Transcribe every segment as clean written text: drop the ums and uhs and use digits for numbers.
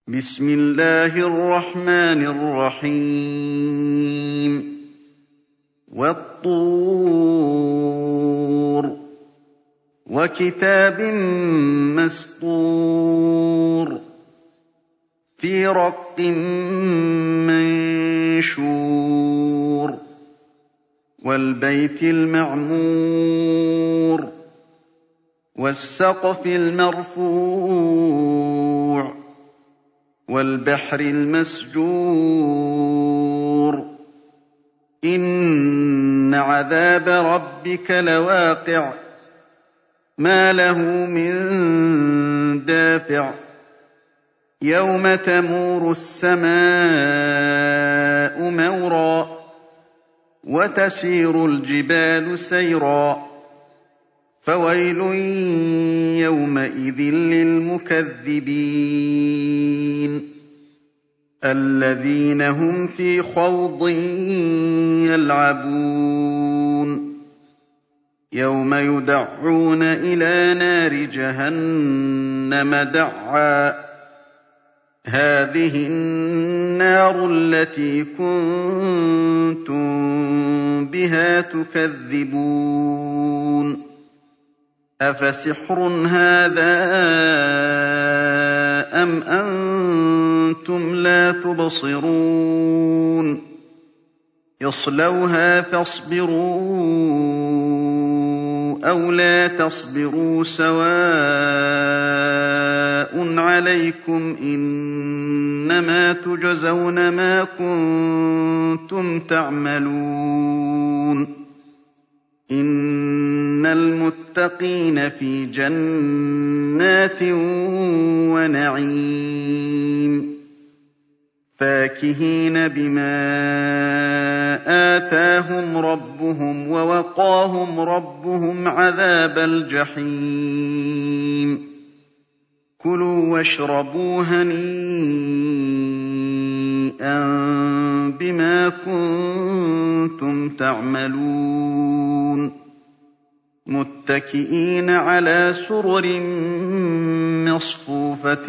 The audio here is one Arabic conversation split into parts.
بسم الله الرحمن الرحيم والطور وكتاب مسطور في رق منشور والبيت المعمور والسقف المرفوع والبحر المسجور إن عذاب ربك لواقع ما له من دافع يوم تمور السماء مورا وتسير الجبال سيرا فويل يومئذ للمكذبين الذين هم في خوض يلعبون يوم يدعون إلى نار جهنم دعا هذه النار التي كنتم بها تكذبون أفسحر هذا أم أنتم لا تبصرون يصلوها فاصبروا أو لا تصبروا سواء عليكم إنما تجزون ما كنتم تعملون إن المتقين في جنات ونعيم فاكهين بما آتاهم ربهم ووقاهم ربهم عذاب الجحيم كلوا واشربوا هنيئا بما كنتم تعملون متكئين على سرر مصفوفة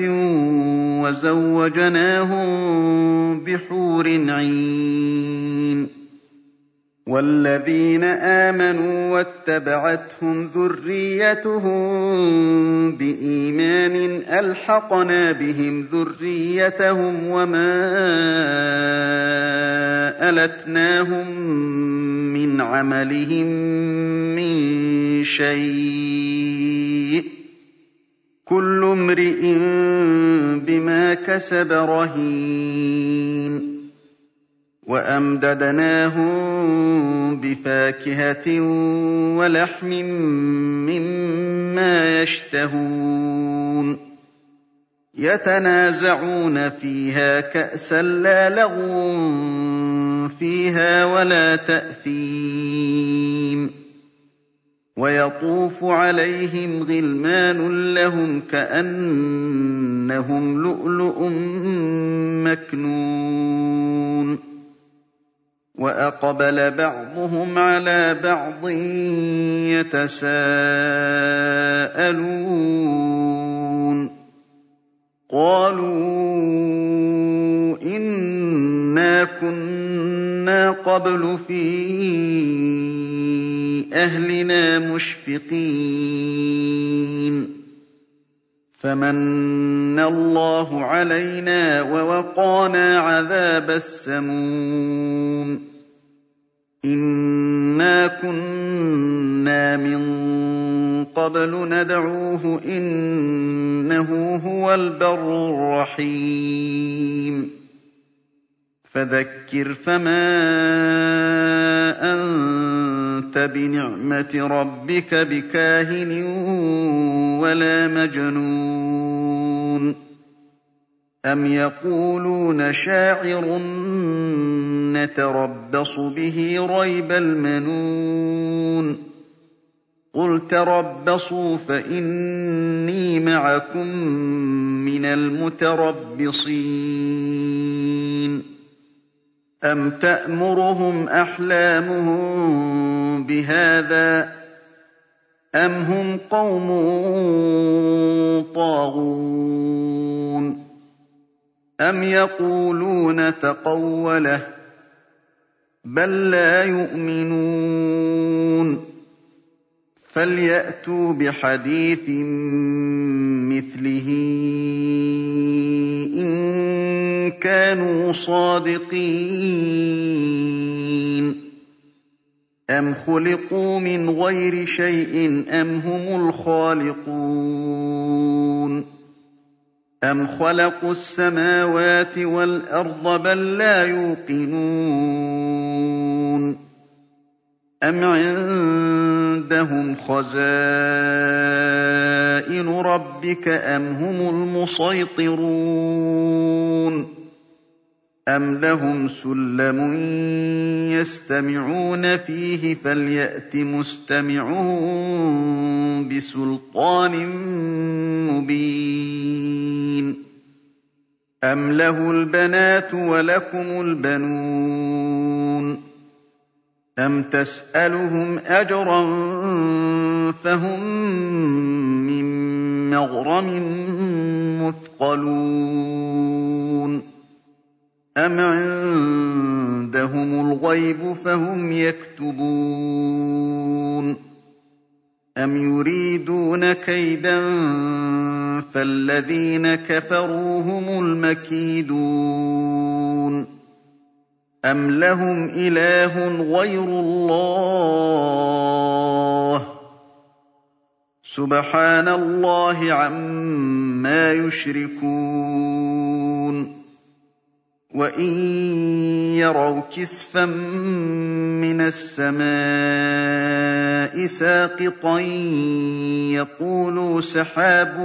وزوجناهم بحور عين والذين آمنوا واتبعتهم ذريتهم بإيمان ألحقنا بهم ذريتهم وما ألتناهم من عملهم من شيء كل امرئ بما كسب رهين وأمددناهم بفاكهة ولحم مما يشتهون يتنازعون فيها كأسا لا لغو فيها ولا تأثيم ويطوف عليهم غلمان لهم كأنهم لؤلؤ مكنون وأقبل بعضهم على بعض يتساءلون قالوا إنا كنا قبل في أهلنا مشفقين فمن الله علينا ووقانا عذاب السموم إنا كنا من قبل ندعوه إنه هو البر الرحيم فذكر فما أنت بنعمة ربك بكاهن ولا مجنون أم يقولون شاعر نتربص به ريب المنون قل تربصوا فإني معكم من المتربصين أم تأمرهم أحلامهم بهذا أم هم قوم طاغون أَمْ يَقُولُونَ تَقَوَّلَهُ ۚ بَل لَّا يُؤْمِنُونَ فَلْيَأْتُوا بِحَدِيثٍ مِّثْلِهِ إِن كَانُوا صَادِقِينَ أَمْ خُلِقُوا مِنْ غَيْرِ شَيْءٍ أَمْ هُمُ الْخَالِقُونَ أَمْ خَلَقُوا السَّمَاوَاتِ وَالْأَرْضَ بَل لَّا يُوقِنُونَ أَمْ عِندَهُمْ خَزَائِنُ رَبِّكَ أَمْ هُمُ الْمُصَيْطِرُونَ أَمْ لَهُمْ سُلَّمٌ يَسْتَمِعُونَ فِيهِ فَلْيَأْتِ مُسْتَمِعُهُم بِسُلْطَانٍ مُّبِينٍ أَمْ لَهُ الْبَنَاتُ وَلَكُمُ الْبَنُونَ أَمْ تَسْأَلُهُمْ أَجْرًا فَهُم مِّن مَّغْرَمٍ مُّثْقَلُونَ أَمْ عِندَهُمُ الْغَيْبُ فَهُمْ يَكْتُبُونَ أَمْ يُرِيدُونَ كَيْدًا فَالَّذِينَ كَفَرُوا هُمُ الْمَكِيدُونَ أَمْ لَهُمْ إِلَٰهٌ غَيْرُ اللَّهِ سُبْحَانَ اللَّهِ عَمَّا يُشْرِكُونَ وَإِن يَرَوْا كِسْفًا مِّنَ السَّمَاءِ سَاقِطًا يَقُولُوا سَحَابٌ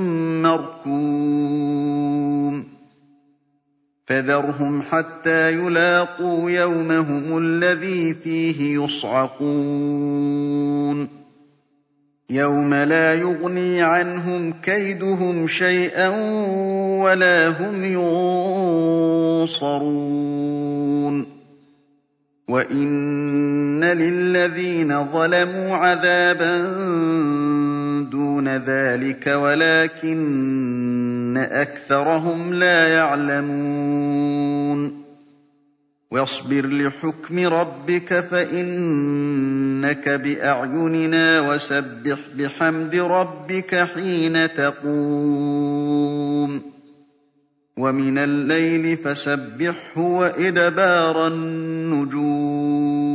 مَّرْكُومٌ فَذَرْهُمْ حَتَّىٰ يُلَاقُوا يَوْمَهُمُ الَّذِي فِيهِ يُصْعَقُونَ يَوْمَ لَا يُغْنِي عَنْهُمْ كَيْدُهُمْ شَيْئًا وَلَا هُمْ يُنصَرُونَ وَإِنَّ لِلَّذِينَ ظَلَمُوا عَذَابًا دُونَ ذَٰلِكَ وَلَٰكِنَّ أَكْثَرَهُمْ لَا يَعْلَمُونَ وَاصْبِرْ لِحُكْمِ رَبِّكَ فَإِنَّكَ بِأَعْيُنِنَا وَسَبِّحْ بِحَمْدِ رَبِّكَ حِينَ تَقُومُ وَمِنَ اللَّيْلِ فَسَبِّحْهُ وَإِدْبَارَ النُّجُومِ